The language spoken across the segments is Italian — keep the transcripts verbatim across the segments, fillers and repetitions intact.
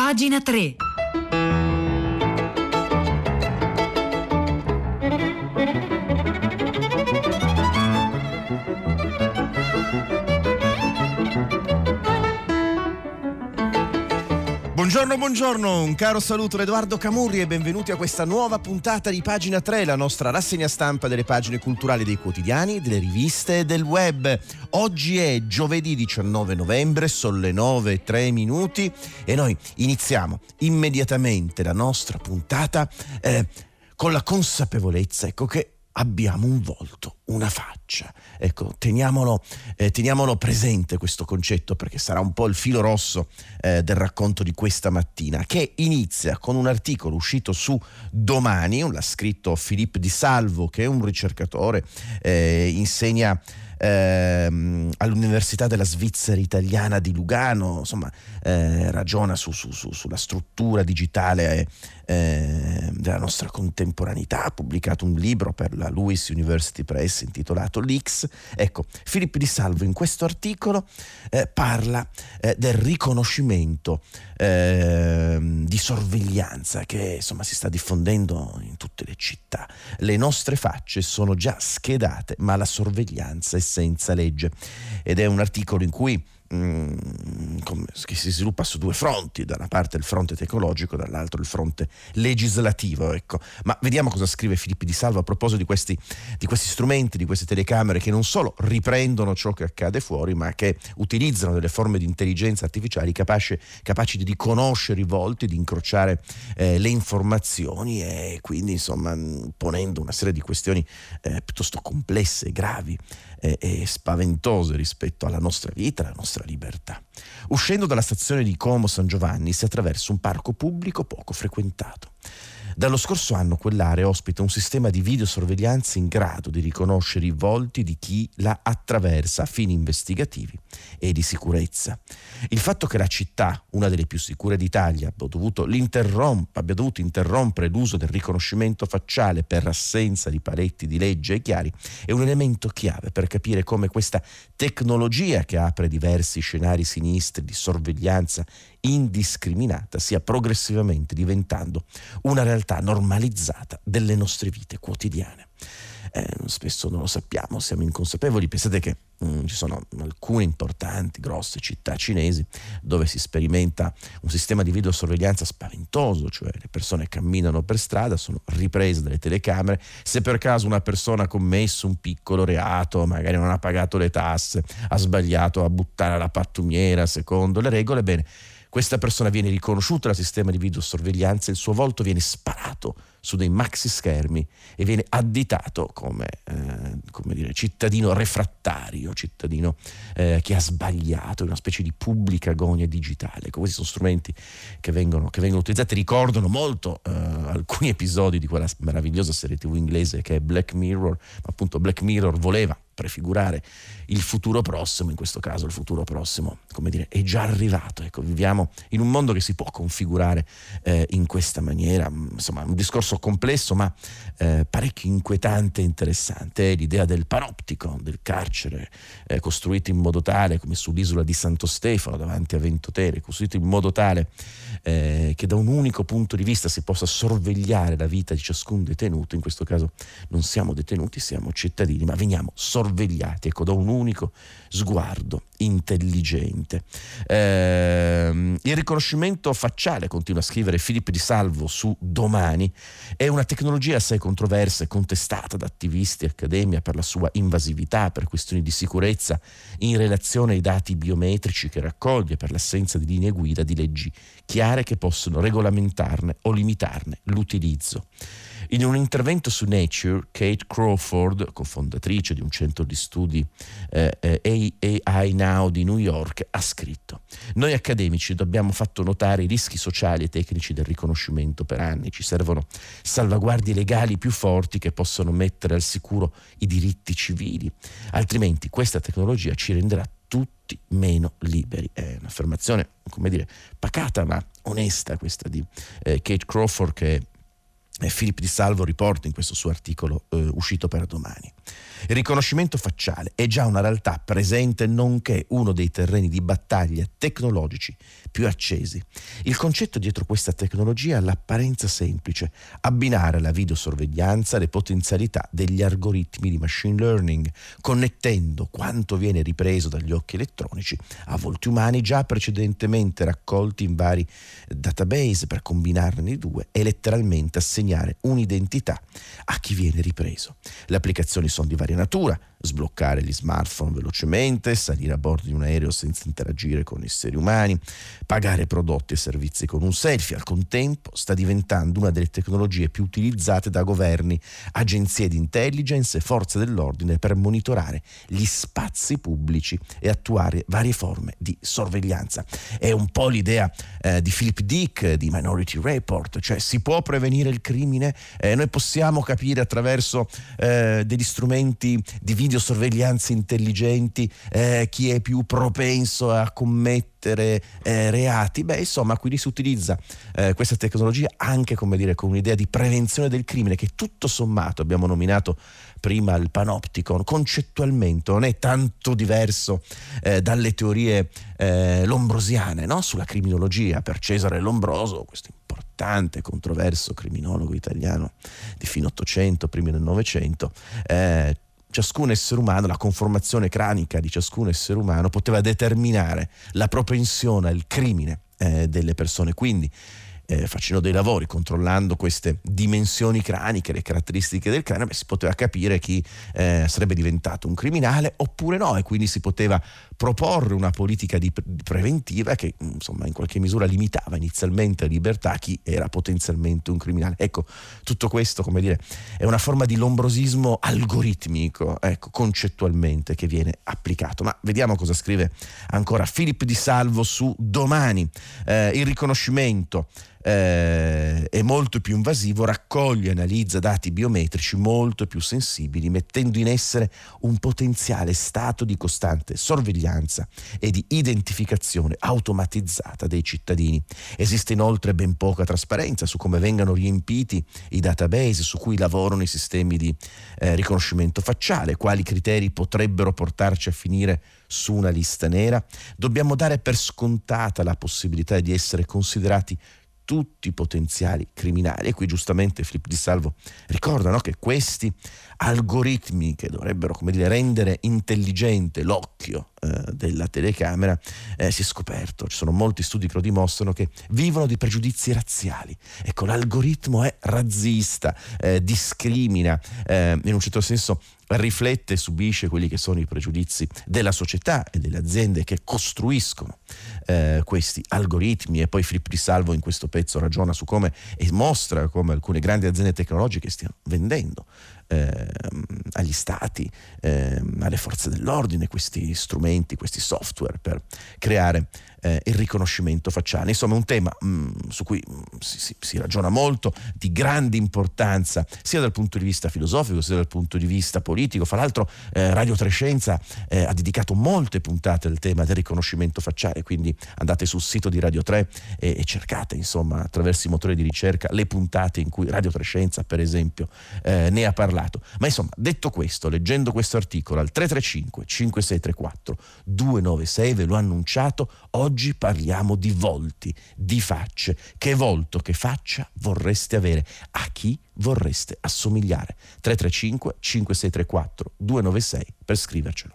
Pagina tre. Buongiorno, buongiorno, un caro saluto da Edoardo Camurri e benvenuti a questa nuova puntata di Pagina tre, la nostra rassegna stampa delle pagine culturali dei quotidiani, delle riviste e del web. Oggi è giovedì diciannove novembre, sono le nove e tre minuti e noi iniziamo immediatamente la nostra puntata eh, con la consapevolezza, ecco, che abbiamo un volto, una faccia. Ecco, teniamolo, eh, teniamolo presente questo concetto, perché sarà un po' il filo rosso eh, del racconto di questa mattina, che inizia con un articolo uscito su Domani, l'ha scritto Philippe Di Salvo, che è un ricercatore, eh, insegna ehm, all'Università della Svizzera Italiana di Lugano, insomma eh, ragiona su, su, su, sulla struttura digitale eh, della nostra contemporaneità, ha pubblicato un libro per la Lewis University Press intitolato L'X. Ecco, Philippe Di Salvo in questo articolo eh, parla eh, del riconoscimento eh, di sorveglianza che insomma si sta diffondendo in tutte le città. Le nostre facce sono già schedate, ma la sorveglianza è senza legge. Ed è un articolo in cui che si sviluppa su due fronti, da una parte il fronte tecnologico, dall'altro il fronte legislativo, ecco. Ma vediamo cosa scrive Philippe Di Salvo a proposito di questi, di questi strumenti, di queste telecamere che non solo riprendono ciò che accade fuori, ma che utilizzano delle forme di intelligenza artificiali capaci, capaci di riconoscere i volti, di incrociare eh, le informazioni e quindi insomma ponendo una serie di questioni eh, piuttosto complesse, gravi eh, e spaventose rispetto alla nostra vita, alla nostra libertà. Uscendo dalla stazione di Como San Giovanni si attraversa un parco pubblico poco frequentato. Dallo scorso anno quell'area ospita un sistema di videosorveglianza in grado di riconoscere i volti di chi la attraversa a fini investigativi e di sicurezza. Il fatto che la città, una delle più sicure d'Italia, abbia dovuto, abbia dovuto interrompere l'uso del riconoscimento facciale per assenza di paletti di legge e chiari è un elemento chiave per capire come questa tecnologia, che apre diversi scenari sinistri di sorveglianza indiscriminata, sia progressivamente diventando una realtà normalizzata delle nostre vite quotidiane. Eh, spesso non lo sappiamo, siamo inconsapevoli. Pensate che mh, ci sono alcune importanti, grosse città cinesi dove si sperimenta un sistema di videosorveglianza spaventoso, cioè le persone camminano per strada, sono riprese dalle telecamere. Se per caso una persona ha commesso un piccolo reato, magari non ha pagato le tasse, ha sbagliato a buttare la pattumiera secondo le regole, bene, questa persona viene riconosciuta dal sistema di videosorveglianza, il suo volto viene sparato su dei maxi schermi e viene additato come, eh, come dire, cittadino refrattario, cittadino eh, che ha sbagliato, una specie di pubblica agonia digitale. Ecco, questi sono strumenti che vengono, che vengono utilizzati, ricordano molto eh, alcuni episodi di quella meravigliosa serie tivù inglese che è Black Mirror, ma appunto Black Mirror voleva prefigurare il futuro prossimo. In questo caso il futuro prossimo, come dire, è già arrivato. Ecco, viviamo in un mondo che si può configurare eh, in questa maniera. Insomma, un discorso complesso ma eh, parecchio inquietante e interessante. È l'idea del panoptico, del carcere eh, costruito in modo tale, come sull'isola di Santo Stefano davanti a Ventotene, costruito in modo tale eh, che da un unico punto di vista si possa sorvegliare la vita di ciascun detenuto. In questo caso non siamo detenuti, siamo cittadini, ma veniamo sorvegliati, ecco, da un unico sguardo intelligente. Eh, il riconoscimento facciale, continua a scrivere Philippe Di Salvo su Domani, è una tecnologia assai controversa e contestata da attivisti e accademia per la sua invasività, per questioni di sicurezza in relazione ai dati biometrici che raccoglie, per l'assenza di linee guida, di leggi chiare che possono regolamentarne o limitarne l'utilizzo. In un intervento su Nature, Kate Crawford, cofondatrice di un centro di studi eh, eh, A I Now di New York, ha scritto: noi accademici dobbiamo fatto notare i rischi sociali e tecnici del riconoscimento per anni. Ci servono salvaguardie legali più forti che possano mettere al sicuro i diritti civili, altrimenti questa tecnologia ci renderà tutti meno liberi. È un'affermazione, come dire, pacata ma onesta, questa di eh, Kate Crawford, che Philippe Di Salvo riporta in questo suo articolo eh, uscito per Domani. Il riconoscimento facciale è già una realtà presente, nonché uno dei terreni di battaglia tecnologici più accesi. Il concetto dietro questa tecnologia è l'apparenza semplice: abbinare alla videosorveglianza le potenzialità degli algoritmi di machine learning, connettendo quanto viene ripreso dagli occhi elettronici a volti umani già precedentemente raccolti in vari database, per combinarne i due e letteralmente assegnare un'identità a chi viene ripreso. Le applicazioni sono di varia natura: sbloccare gli smartphone velocemente, salire a bordo di un aereo senza interagire con esseri umani, pagare prodotti e servizi con un selfie. Al contempo sta diventando una delle tecnologie più utilizzate da governi, agenzie di intelligence e forze dell'ordine per monitorare gli spazi pubblici e attuare varie forme di sorveglianza. È un po' l'idea eh, di Philip Dick di Minority Report, cioè si può prevenire il crimine, eh, noi possiamo capire attraverso eh, degli strumenti di videosorveglianza intelligenti eh, chi è più propenso a commettere eh, reati. Beh, insomma, quindi si utilizza eh, questa tecnologia anche, come dire, con un'idea di prevenzione del crimine che tutto sommato, abbiamo nominato prima il panopticon, concettualmente non è tanto diverso eh, dalle teorie eh, lombrosiane, no? Sulla criminologia. Per Cesare Lombroso, questo importante, controverso criminologo italiano di fine Ottocento, primi del Novecento, eh, ciascun essere umano, la conformazione cranica di ciascun essere umano poteva determinare la propensione al crimine eh, delle persone. Quindi eh, facendo dei lavori, controllando queste dimensioni craniche, le caratteristiche del cranio, beh, si poteva capire chi eh, sarebbe diventato un criminale oppure no, e quindi si poteva proporre una politica di pre- preventiva che, insomma, in qualche misura limitava inizialmente la libertà a chi era potenzialmente un criminale. Ecco, tutto questo, come dire, è una forma di lombrosismo algoritmico, ecco, concettualmente, che viene applicato. Ma vediamo cosa scrive ancora Filippo Di Salvo su Domani. Eh, il riconoscimento Eh, è molto più invasivo, raccoglie e analizza dati biometrici molto più sensibili, mettendo in essere un potenziale stato di costante sorveglianza e di identificazione automatizzata dei cittadini. Esiste inoltre ben poca trasparenza su come vengano riempiti i database su cui lavorano i sistemi di eh, riconoscimento facciale, quali criteri potrebbero portarci a finire su una lista nera. Dobbiamo dare per scontata la possibilità di essere considerati tutti i potenziali criminali. E qui giustamente Filippo Di Salvo ricorda, no, che questi algoritmi che dovrebbero, come dire, rendere intelligente l'occhio eh, della telecamera, eh, si è scoperto, ci sono molti studi che lo dimostrano, che vivono di pregiudizi razziali. Ecco, l'algoritmo è razzista, eh, discrimina, eh, in un certo senso riflette e subisce quelli che sono i pregiudizi della società e delle aziende che costruiscono eh, questi algoritmi. E poi Filippo Di Salvo in questo pezzo ragiona su come e mostra come alcune grandi aziende tecnologiche stiano vendendo eh, agli stati, eh, alle forze dell'ordine, questi strumenti, questi software per creare eh, il riconoscimento facciale. Insomma, un tema mh, su cui mh, si, si, si ragiona molto, di grande importanza sia dal punto di vista filosofico sia dal punto di vista politico. Fra l'altro eh, Radio Trescenza eh, ha dedicato molte puntate al tema del riconoscimento facciale, quindi andate sul sito di Radio tre e, e cercate, insomma, attraverso i motori di ricerca le puntate in cui Radio Trescenza, per esempio, eh, ne ha parlato. Ma insomma, detto questo, leggendo questo articolo al tre tre cinque cinque sei tre quattro due nove sei, ve l'ho annunciato, oggi parliamo di volti, di facce. Che volto, che faccia vorreste avere? A chi vorreste assomigliare? tre tre cinque cinque sei tre quattro due nove sei per scrivercelo.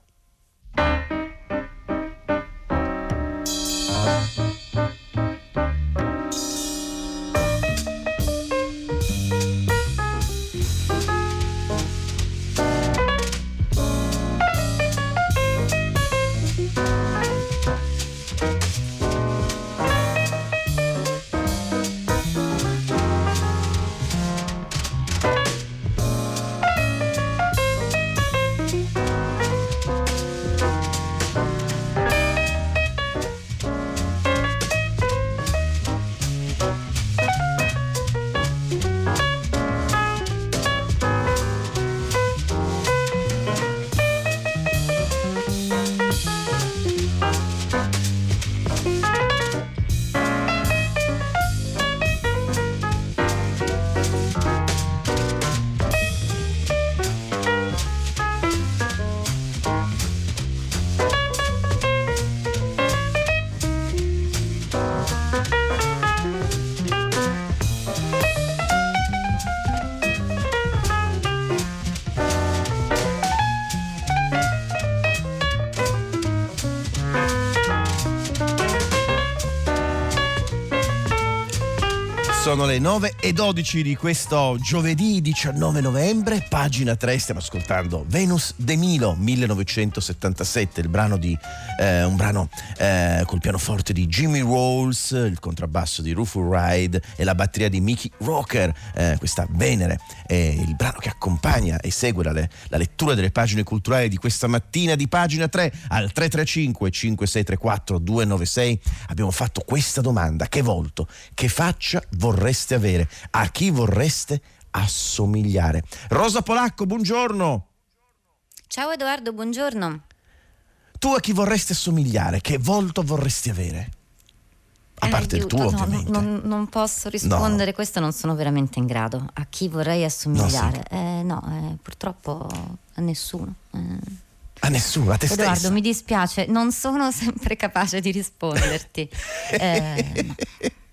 Sono le nove e dodici di questo giovedì diciannove novembre, pagina tre, stiamo ascoltando Venus de Milo millenovecentosettantasette, il brano di eh, un brano eh, col pianoforte di Jimmy Rolls, il contrabbasso di Rufus Wright e la batteria di Mickey Rocker, eh, questa Venere è il brano che accompagna e segue la, la lettura delle pagine culturali di questa mattina di pagina tre. Al tre tre cinque cinque sei tre quattro due nove sei abbiamo fatto questa domanda: che volto, che faccia vorreste avere, a chi vorreste assomigliare? Rosa Polacco, buongiorno. Ciao Edoardo, buongiorno. Tu a chi vorresti assomigliare? Che volto vorresti avere? A parte Aiuto, il tuo, no, ovviamente. Non, non posso rispondere, no. Questo non sono veramente in grado. A chi vorrei assomigliare? No, sì. eh, no eh, purtroppo a nessuno. Eh. A nessuno, a te stessa. Edoardo, mi dispiace, non sono sempre capace di risponderti. eh, no.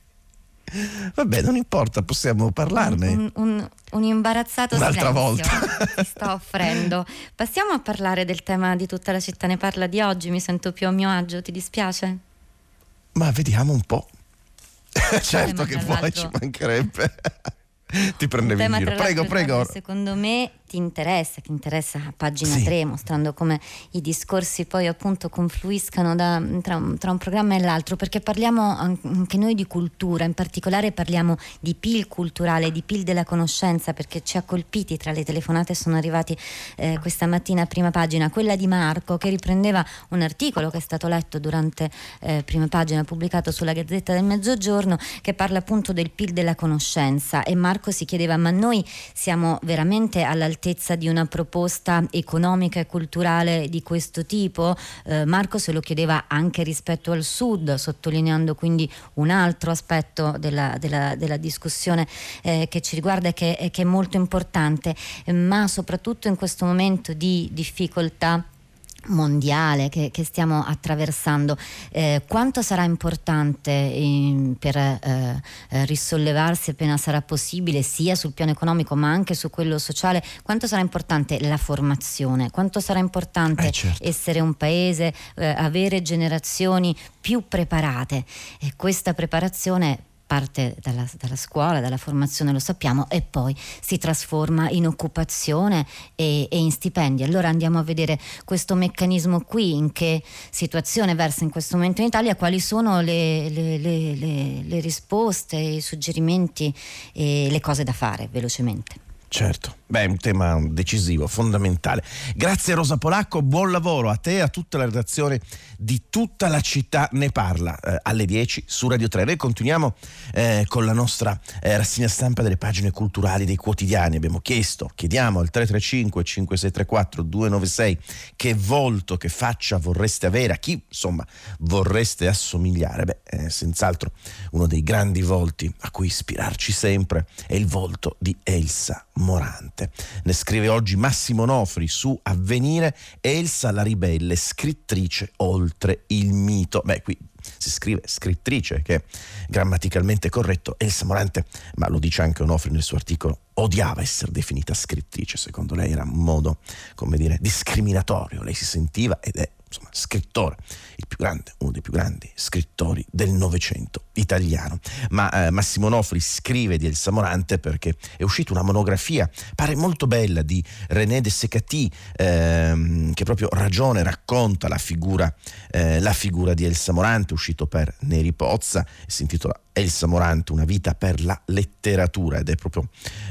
Vabbè, non importa, possiamo parlarne. Un, un, un imbarazzato Un'altra silenzio volta ti sto offrendo. Passiamo a parlare del tema di Tutta la città ne parla di oggi. Mi sento più a mio agio, ti dispiace? Ma vediamo un po'. Certo eh, che vuoi, ci mancherebbe. Ti prendevi in giro. Prego, prego. Secondo me ti interessa, ti interessa a pagina sì. tre, mostrando come i discorsi poi appunto confluiscano da, tra, un, tra un programma e l'altro, perché parliamo anche noi di cultura, in particolare parliamo di P I L culturale, di P I L della conoscenza, perché ci ha colpiti tra le telefonate sono arrivati eh, questa mattina a prima pagina, quella di Marco che riprendeva un articolo che è stato letto durante eh, prima pagina, pubblicato sulla Gazzetta del Mezzogiorno, che parla appunto del P I L della conoscenza, e Marco si chiedeva: ma noi siamo veramente all'altezza di una proposta economica e culturale di questo tipo? Eh, Marco se lo chiedeva anche rispetto al Sud, sottolineando quindi un altro aspetto della, della, della discussione eh, che ci riguarda e che, che è molto importante, eh, ma soprattutto in questo momento di difficoltà mondiale che, che stiamo attraversando, eh, quanto sarà importante eh, per eh, risollevarsi appena sarà possibile, sia sul piano economico ma anche su quello sociale, quanto sarà importante la formazione, quanto sarà importante eh certo. essere un paese, eh, avere generazioni più preparate, e questa preparazione parte dalla, dalla scuola, dalla formazione, lo sappiamo, e poi si trasforma in occupazione e, e in stipendi. Allora andiamo a vedere questo meccanismo qui, in che situazione versa in questo momento in Italia, quali sono le, le, le, le, le risposte, i suggerimenti e le cose da fare velocemente. Certo, beh, è un tema decisivo, fondamentale. Grazie Rosa Polacco, buon lavoro a te e a tutta la redazione di Tutta la città ne parla, eh, alle dieci su Radio tre. Noi continuiamo eh, con la nostra eh, rassegna stampa delle pagine culturali dei quotidiani. Abbiamo chiesto, chiediamo al tre tre cinque cinque sei tre quattro due nove sei che volto, che faccia vorreste avere, a chi insomma vorreste assomigliare. Beh, eh, senz'altro uno dei grandi volti a cui ispirarci sempre è il volto di Elsa Morante. Ne scrive oggi Massimo Nofri su Avvenire: Elsa la ribelle, scrittrice oltre il mito. Beh, qui si scrive scrittrice, che è grammaticalmente corretto. Elsa Morante, ma lo dice anche Onofri nel suo articolo, odiava essere definita scrittrice. Secondo lei era un modo, come dire, discriminatorio. Lei si sentiva, ed è insomma scrittore, il più grande, uno dei più grandi scrittori del Novecento italiano. Ma eh, Massimo Nofri scrive di Elsa Morante perché è uscita una monografia, pare molto bella, di René de Secati, ehm, che proprio ragione, racconta la figura, eh, la figura di Elsa Morante, uscito per Neri Pozza, si intitola Elsa Morante, una vita per la letteratura, ed è proprio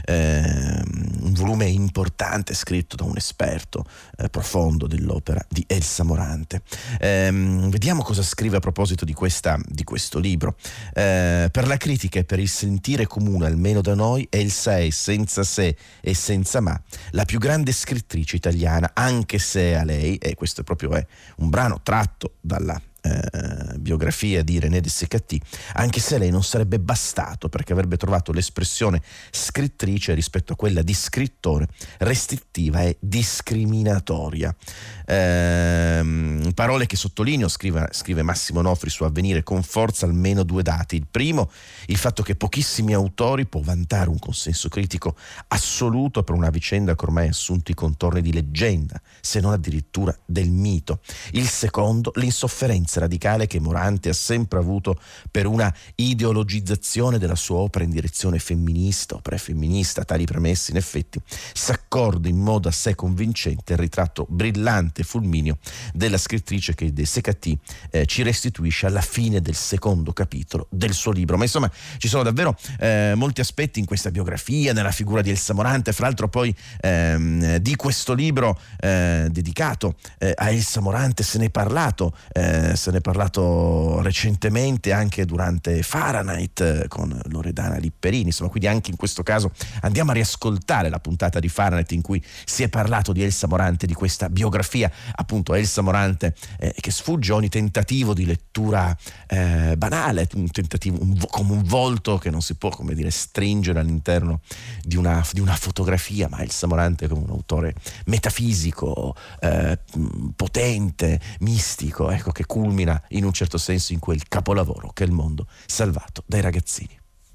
eh, un volume importante scritto da un esperto eh, profondo dell'opera di Elsa Morante. Eh, vediamo cosa scrive a proposito di, questa, di questo libro. Eh, per la critica e per il sentire comune, almeno da noi, Elsa è, senza se e senza ma, la più grande scrittrice italiana, anche se a lei, e questo proprio è un brano tratto dalla Eh, biografia di René de Secati, anche se lei non sarebbe bastato, perché avrebbe trovato l'espressione scrittrice rispetto a quella di scrittore restrittiva e discriminatoria. Eh, parole che sottolineo, scrive, scrive Massimo Nofri su Avvenire con forza, almeno due dati. Il primo, il fatto che pochissimi autori può vantare un consenso critico assoluto per una vicenda che ormai ha assunto i contorni di leggenda, se non addirittura del mito. Il secondo, l'insofferenza preferenza radicale che Morante ha sempre avuto per una ideologizzazione della sua opera in direzione femminista o prefemminista. Tali premesse in effetti s'accorda in modo assai convincente il ritratto brillante e fulmineo della scrittrice che De Secati eh, ci restituisce alla fine del secondo capitolo del suo libro. Ma insomma ci sono davvero eh, molti aspetti in questa biografia, nella figura di Elsa Morante. Fra l'altro poi ehm, di questo libro eh, dedicato eh, a Elsa Morante se ne è parlato eh, se ne è parlato recentemente anche durante Fahrenheit eh, con Loredana Lipperini, insomma, quindi anche in questo caso andiamo a riascoltare la puntata di Fahrenheit in cui si è parlato di Elsa Morante, di questa biografia, appunto Elsa Morante eh, che sfugge ogni tentativo di lettura eh, banale, un tentativo un, come un volto che non si può, come dire, stringere all'interno di una, di una fotografia, ma Elsa Morante come un autore metafisico, eh, potente, mistico, ecco, che culmina in un certo senso in quel capolavoro che è Il mondo salvato dai ragazzini.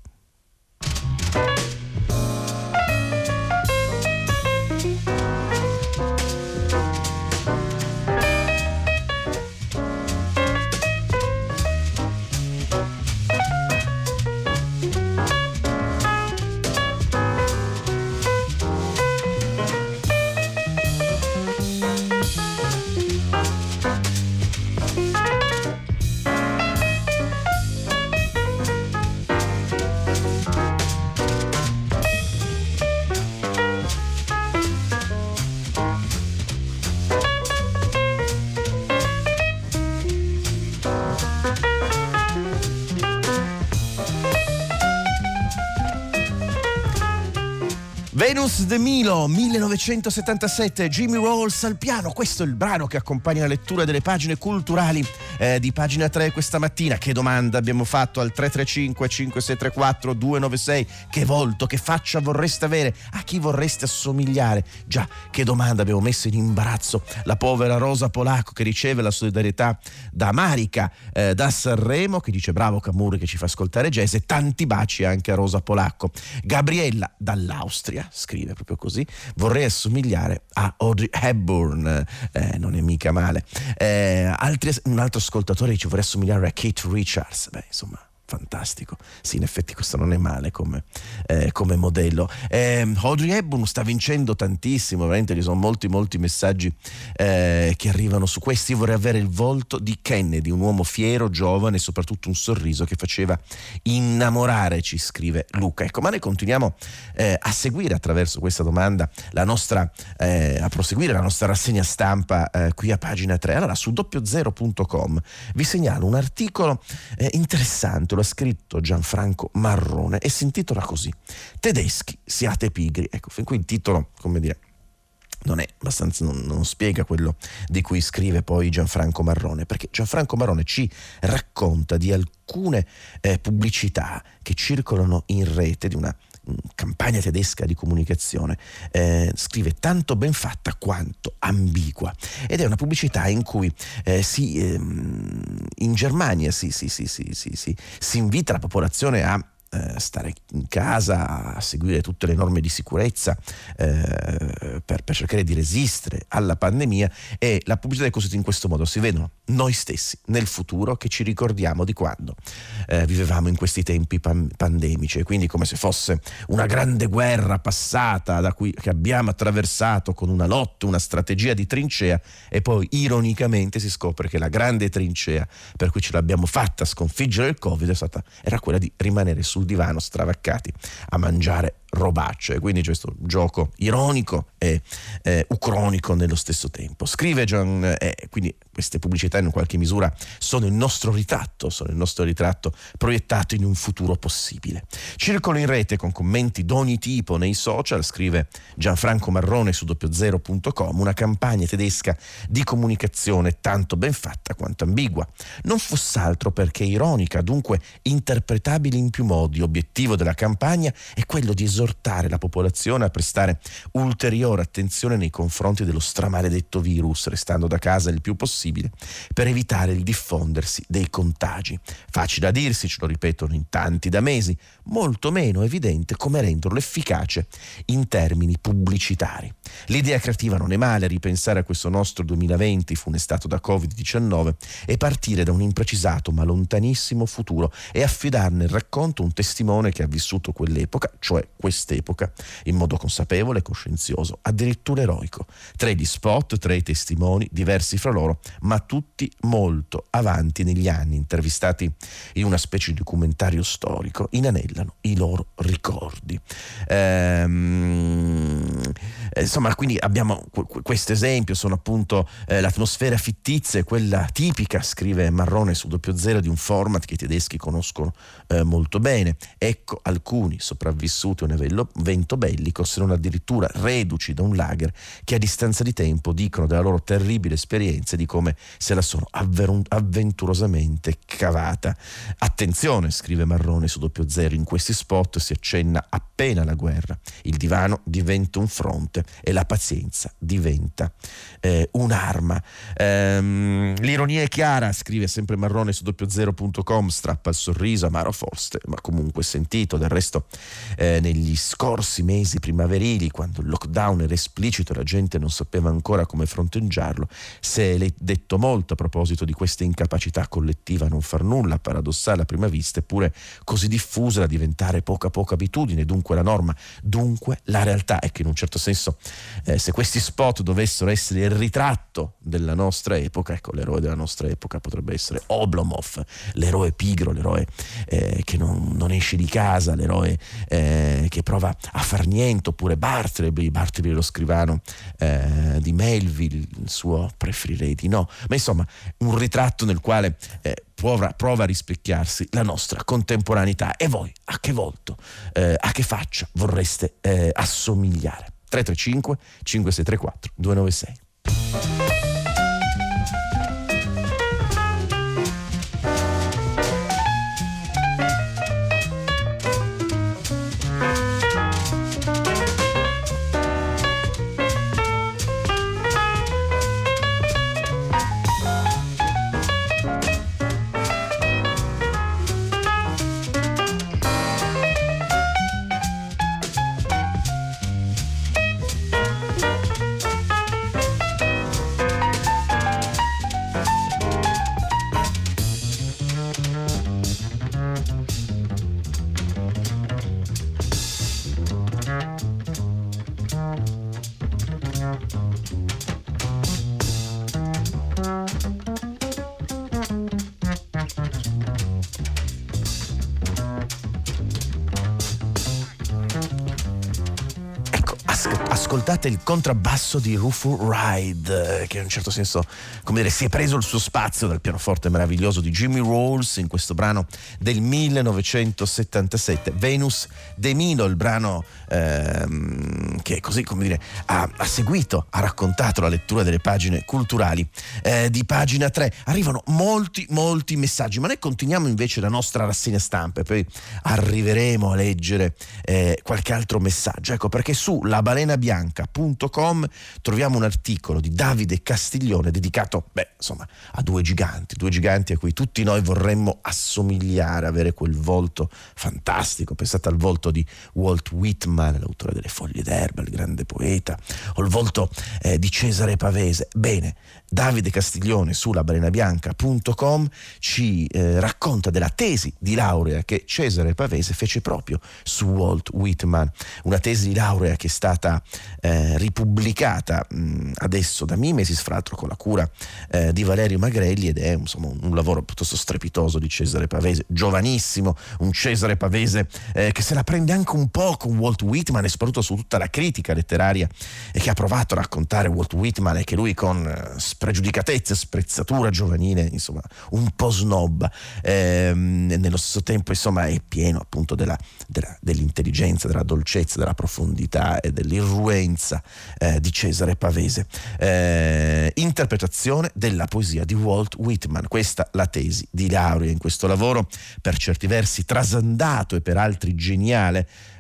Venus de Milo, millenovecentosettantasette, Jimmy Rolls al piano. Questo è il brano che accompagna la lettura delle pagine culturali eh, di Pagina tre questa mattina. Che domanda abbiamo fatto al tre tre cinque cinque sei tre quattro due nove sei? Che volto, che faccia vorreste avere? A chi vorreste assomigliare? Già, che domanda abbiamo messo in imbarazzo la povera Rosa Polacco, che riceve la solidarietà da Marica eh, da Sanremo, che dice bravo Camurri che ci fa ascoltare jazz, e tanti baci anche a Rosa Polacco. Gabriella dall'Austria scrive proprio così: vorrei assomigliare a Audrey Hepburn, eh, non è mica male. Eh, altri, un altro ascoltatore dice vorrei assomigliare a Keith Richards. Beh, insomma, fantastico. Sì, in effetti questo non è male come, eh, come modello. Eh, Audrey Hepburn sta vincendo tantissimo, veramente ci sono molti molti messaggi eh, che arrivano su questi. Io vorrei avere il volto di Kennedy, un uomo fiero, giovane e soprattutto un sorriso che faceva innamorare, ci scrive Luca. Ecco, ma noi continuiamo eh, a seguire attraverso questa domanda la nostra, eh, a proseguire la nostra rassegna stampa eh, qui a Pagina tre. Allora, su doppio zero punto com vi segnalo un articolo eh, interessante. Lo ha scritto Gianfranco Marrone e si intitola così: Tedeschi, siate pigri. Ecco, fin qui il titolo, come dire, non è abbastanza, non, non spiega quello di cui scrive poi Gianfranco Marrone, perché Gianfranco Marrone ci racconta di alcune eh, pubblicità che circolano in rete di una campagna tedesca di comunicazione, eh, scrive tanto ben fatta quanto ambigua, ed è una pubblicità in cui eh, si, ehm, in Germania si, si, si, si, si, si, si invita la popolazione a eh, stare in casa, a seguire tutte le norme di sicurezza eh, per, per cercare di resistere alla pandemia, e la pubblicità è costruita in questo modo: si vedono noi stessi nel futuro che ci ricordiamo di quando eh, vivevamo in questi tempi pan- pandemici, e quindi come se fosse una grande guerra passata da cui, che abbiamo attraversato con una lotta, una strategia di trincea, e poi ironicamente si scopre che la grande trincea per cui ce l'abbiamo fatta sconfiggere il Covid è stata, era quella di rimanere sul divano stravaccati a mangiare robacce. Quindi c'è questo gioco ironico e eh, ucronico nello stesso tempo. Scrive John, eh, quindi queste pubblicità in qualche misura sono il nostro ritratto, sono il nostro ritratto proiettato in un futuro possibile. Circolo in rete con commenti d'ogni tipo nei social, scrive Gianfranco Marrone su doppio zero punto com, una campagna tedesca di comunicazione tanto ben fatta quanto ambigua. Non fosse altro perché ironica, dunque interpretabile in più modi. Obiettivo della campagna è quello di esortare esortare la popolazione a prestare ulteriore attenzione nei confronti dello stramaledetto virus, restando da casa il più possibile per evitare il diffondersi dei contagi. Facile a dirsi, ce lo ripetono in tanti da mesi, molto meno evidente come renderlo efficace in termini pubblicitari. L'idea creativa non è male, ripensare a questo nostro duemilaventi funestato da covid diciannove e partire da un imprecisato ma lontanissimo futuro e affidarne il racconto a un testimone che ha vissuto quell'epoca, cioè quest'epoca, in modo consapevole, coscienzioso, addirittura eroico. Tre gli spot, tre i testimoni, diversi fra loro, ma tutti molto avanti negli anni, intervistati in una specie di documentario storico, inanellano i loro ricordi. Ehm, insomma, quindi abbiamo questo esempio, sono appunto eh, l'atmosfera fittizia, quella tipica, scrive Marrone su Doppio Zero, di un format che i tedeschi conoscono eh, molto bene. Ecco alcuni sopravvissuti a un evento bellico, se non addirittura reduci da un lager, che a distanza di tempo dicono della loro terribile esperienza e di come se la sono avver- avventurosamente cavata. Attenzione, scrive Marrone su Doppio Zero, in questi spot si accenna appena la guerra, il divano diventa un fronte e la pazienza diventa eh, un'arma. Ehm, l'ironia è chiara, scrive sempre Marrone su doppio zero punto com, strappa il sorriso, amaro forse, ma comunque sentito. Del resto eh, negli scorsi mesi primaverili, quando il lockdown era esplicito e la gente non sapeva ancora come fronteggiarlo, si è detto molto a proposito di questa incapacità collettiva a non far nulla, paradossale a prima vista, eppure così diffusa da diventare poco a poco abitudine, dunque la norma. Dunque la realtà è che in un certo senso eh, se questi spot dovessero essere il ritratto della nostra epoca, ecco, l'eroe della nostra epoca potrebbe essere Oblomov, l'eroe pigro, l'eroe eh, che non, non esce di casa, l'eroe eh, che prova a far niente, oppure Bartleby, Bartleby lo scrivano eh, di Melville, il suo preferirei di no, ma insomma un ritratto nel quale eh, prova, prova a rispecchiarsi la nostra contemporaneità. E voi a che volto, eh, a che faccia vorreste eh, assomigliare? tre tre cinque cinque sei tre quattro due nove sei. Ascoltate il contrabbasso di Rufus Ride, che in un certo senso, come dire, si è preso il suo spazio dal pianoforte meraviglioso di Jimmy Rolls in questo brano del millenovecentosettantasette, Venus de Milo, il brano ehm, che così, come dire, ha, ha seguito, ha raccontato la lettura delle pagine culturali eh, di Pagina tre. Arrivano molti, molti messaggi, ma noi continuiamo invece la nostra rassegna stampa e poi arriveremo a leggere eh, qualche altro messaggio. Ecco perché su la balena bianca punto com troviamo un articolo di Davide Castiglione dedicato, beh, insomma, a due giganti, due giganti a cui tutti noi vorremmo assomigliare, avere quel volto fantastico. Pensate al volto di Walt Whitman, l'autore delle Foglie d'Erba, il grande poeta, o il volto eh, di Cesare Pavese. Bene, Davide Castiglione su la balena bianca punto com ci eh, racconta della tesi di laurea che Cesare Pavese fece proprio su Walt Whitman, una tesi di laurea che è stata eh, ripubblicata mh, adesso da Mimesis, fra l'altro con la cura eh, di Valerio Magrelli, ed è insomma un, un lavoro piuttosto strepitoso di Cesare Pavese, giovanissimo, un Cesare Pavese eh, che se la prende anche un po' con Walt Whitman e soprattutto su tutta la critica letteraria e che ha provato a raccontare Walt Whitman, e che lui con eh, spregiudicatezza e sprezzatura giovanile, insomma un po' snob, ehm, nello stesso tempo insomma è pieno appunto della, della, dell'intelligenza, della dolcezza, della profondità e dell'irruenza eh, di Cesare Pavese. Eh, interpretazione della poesia di Walt Whitman, questa la tesi di laurea in questo lavoro, per certi versi trasandato e per altri geniale,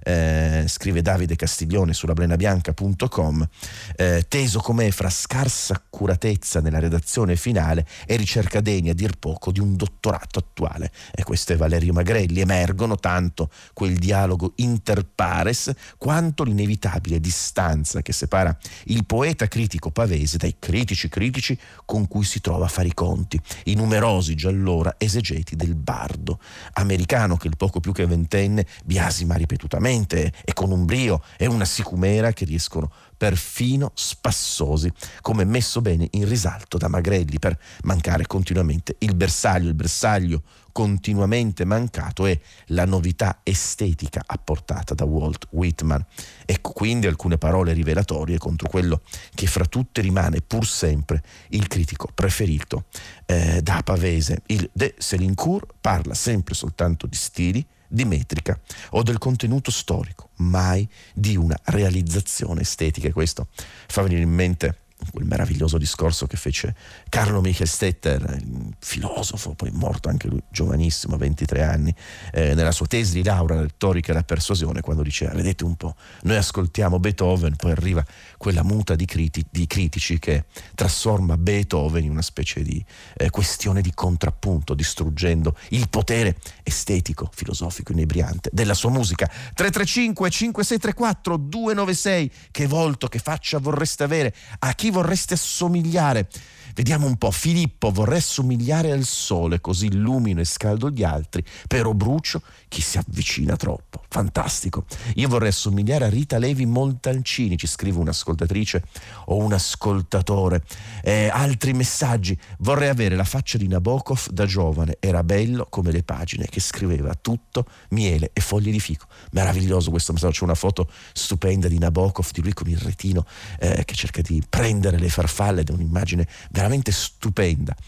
eh, scrive Davide Castiglione sulla blenabianca punto com, eh, teso com'è fra scarsa accuratezza nella redazione finale e ricerca degna a dir poco di un dottorato attuale. E questo è Valerio Magrelli. Emergono tanto quel dialogo inter pares quanto l'inevitabile distanza che separa il poeta critico pavese dai critici critici con cui si trova a fare i conti, i numerosi già allora esegeti del bardo americano che il poco più che ventenne biasima ripetutamente e con un brio e una sicumera che riescono perfino spassosi, come messo bene in risalto da Magrelli, per mancare continuamente il bersaglio. Il bersaglio continuamente mancato è la novità estetica apportata da Walt Whitman. Ecco quindi alcune parole rivelatorie contro quello che fra tutte rimane pur sempre il critico preferito eh, da Pavese. Il de Selincourt parla sempre soltanto di stili, di metrica o del contenuto storico, mai di una realizzazione estetica. E questo fa venire in mente quel meraviglioso discorso che fece Carlo Michael Stetter, il filosofo, poi morto anche lui giovanissimo, a ventitré anni, eh, nella sua tesi di laurea retorica della persuasione, quando diceva: vedete un po', noi ascoltiamo Beethoven, poi arriva quella muta di, criti- di critici che trasforma Beethoven in una specie di eh, questione di contrappunto, distruggendo il potere estetico, filosofico, inebriante della sua musica. Tre tre cinque cinque sei tre quattro due nove sei, che volto, che faccia vorreste avere? A chi vorreste assomigliare? Vediamo un po'. Filippo: vorrei assomigliare al sole, così illumino e scaldo gli altri, però brucio chi si avvicina troppo. Fantastico. Io vorrei assomigliare a Rita Levi Montalcini, ci scrive un'ascoltatrice o un ascoltatore. Eh, altri messaggi: vorrei avere la faccia di Nabokov da giovane, era bello come le pagine che scriveva tutto miele e foglie di fico. Meraviglioso questo messaggio. C'è una foto stupenda di Nabokov, di lui con il retino eh, che cerca di prendere le farfalle, ed è un'immagine veramente stupenda,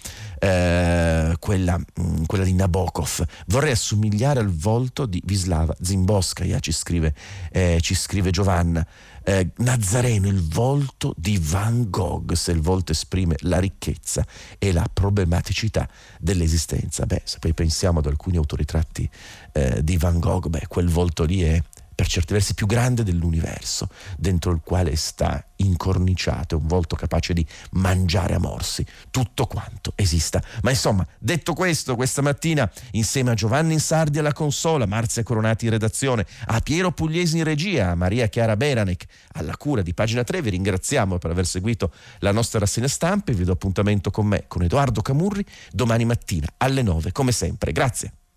eh, quella, mh, quella di Nabokov. Vorrei assomigliare al volto di Wisława Szymborska, ci scrive, eh, ci scrive Giovanna. Eh, Nazareno: il volto di Van Gogh, se il volto esprime la ricchezza e la problematicità dell'esistenza. Beh, se poi pensiamo ad alcuni autoritratti eh, di Van Gogh, beh, quel volto lì è per certi versi più grande dell'universo dentro il quale sta incorniciato, è un volto capace di mangiare a morsi tutto quanto esista. Ma insomma, detto questo, questa mattina insieme a Giovanni Insardi alla consola, Marzia Coronati in redazione, a Piero Pugliesi in regia, a Maria Chiara Beranec alla cura di Pagina tre, vi ringraziamo per aver seguito la nostra rassegna stampa e vi do appuntamento con me, con Edoardo Camurri, domani mattina alle nove come sempre. Grazie.